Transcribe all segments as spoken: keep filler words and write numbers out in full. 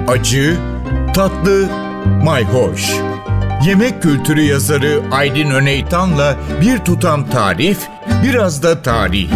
acı, tatlı, mayhoş. Yemek kültürü yazarı Aydin Öneytan'la bir tutam tarif, biraz da tarih.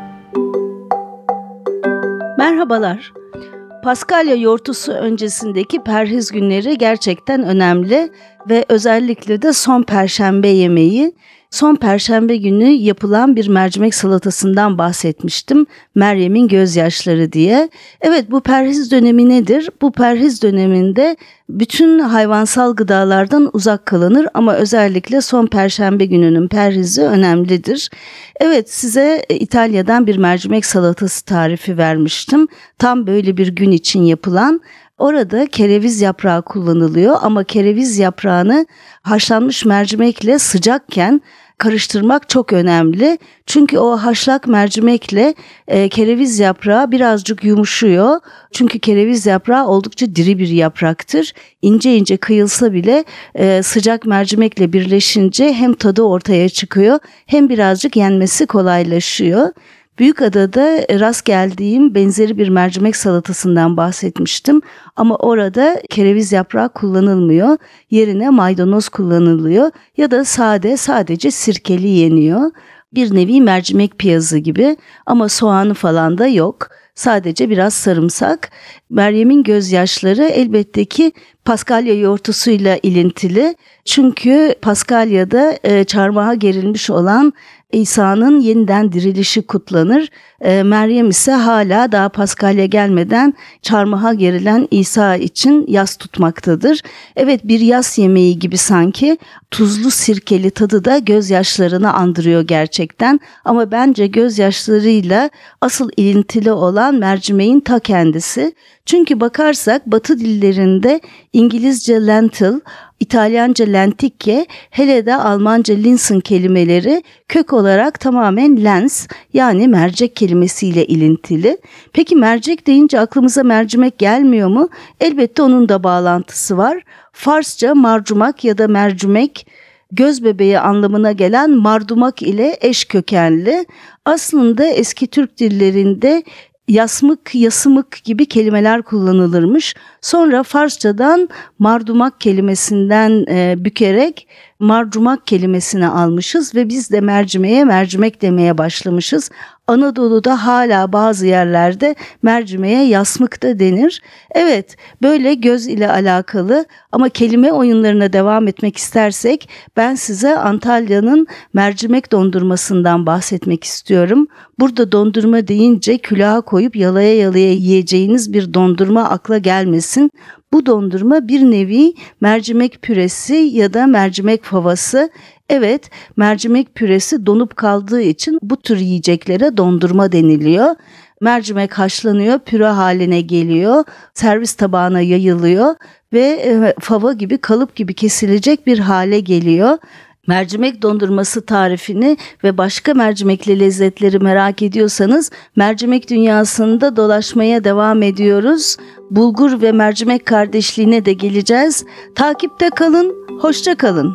Merhabalar. Paskalya yortusu öncesindeki perhiz günleri gerçekten önemli ve özellikle de son perşembe yemeği. Son perşembe günü yapılan bir mercimek salatasından bahsetmiştim. Meryem'in gözyaşları diye. Evet, bu perhiz dönemi nedir? Bu perhiz döneminde bütün hayvansal gıdalardan uzak kalınır ama özellikle son perşembe gününün perhizi önemlidir. Evet, size İtalya'dan bir mercimek salatası tarifi vermiştim. Tam böyle bir gün için yapılan. Orada kereviz yaprağı kullanılıyor ama kereviz yaprağını haşlanmış mercimekle sıcakken karıştırmak çok önemli. Çünkü o haşlak mercimekle e, kereviz yaprağı birazcık yumuşuyor. Çünkü kereviz yaprağı oldukça diri bir yapraktır. İnce ince kıyılsa bile e, sıcak mercimekle birleşince hem tadı ortaya çıkıyor hem birazcık yenmesi kolaylaşıyor. Büyükada'da rast geldiğim benzeri bir mercimek salatasından bahsetmiştim ama orada kereviz yaprağı kullanılmıyor. Yerine maydanoz kullanılıyor ya da sade sadece sirkeli yeniyor. Bir nevi mercimek piyazı gibi ama soğanı falan da yok. Sadece biraz sarımsak. Meryem'in gözyaşları elbette ki Paskalya yortusuyla ilintili. Çünkü Paskalya'da e, çarmıha gerilmiş olan İsa'nın yeniden dirilişi kutlanır. E, Meryem ise hala daha Paskalya gelmeden çarmıha gerilen İsa için yas tutmaktadır. Evet, bir yas yemeği gibi sanki. Tuzlu sirkeli tadı da gözyaşlarını andırıyor gerçekten. Ama bence gözyaşlarıyla asıl ilintili olan mercimeğin ta kendisi. Çünkü bakarsak Batı dillerinde İngilizce lentil, İtalyanca lenticchie, hele de Almanca Linsen kelimeleri kök olarak tamamen lens yani mercek kelimesiyle ilintili. Peki mercek deyince aklımıza mercimek gelmiyor mu? Elbette onun da bağlantısı var. Farsça marcumak ya da mercimek, göz bebeği anlamına gelen mardumak ile eş kökenli. Aslında eski Türk dillerinde yasmık, yasımık gibi kelimeler kullanılırmış. Sonra Farsçadan mardumak kelimesinden e, bükerek marcumak kelimesini almışız ve biz de mercimeğe mercimek demeye başlamışız. Anadolu'da hala bazı yerlerde mercimeğe yasmık da denir. Evet, böyle göz ile alakalı ama kelime oyunlarına devam etmek istersek ben size Antalya'nın mercimek dondurmasından bahsetmek istiyorum. Burada dondurma deyince külaha koyup yalaya yalaya yiyeceğiniz bir dondurma akla gelmesin. Bu dondurma bir nevi mercimek püresi ya da mercimek favası. Evet, mercimek püresi donup kaldığı için bu tür yiyeceklere dondurma deniliyor. Mercimek haşlanıyor, püre haline geliyor, servis tabağına yayılıyor ve e, fava gibi, kalıp gibi kesilecek bir hale geliyor. Mercimek dondurması tarifini ve başka mercimekli lezzetleri merak ediyorsanız mercimek dünyasında dolaşmaya devam ediyoruz. Bulgur ve mercimek kardeşliğine de geleceğiz. Takipte kalın, hoşça kalın.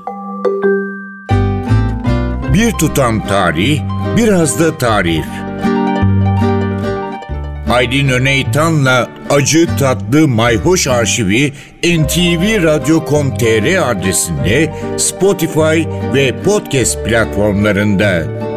Bir tutam tarih, biraz da tarif. Aydin Öneytan'la acı tatlı mayhoş arşivi en ti vi radyo nokta com nokta tr adresinde, Spotify ve podcast platformlarında.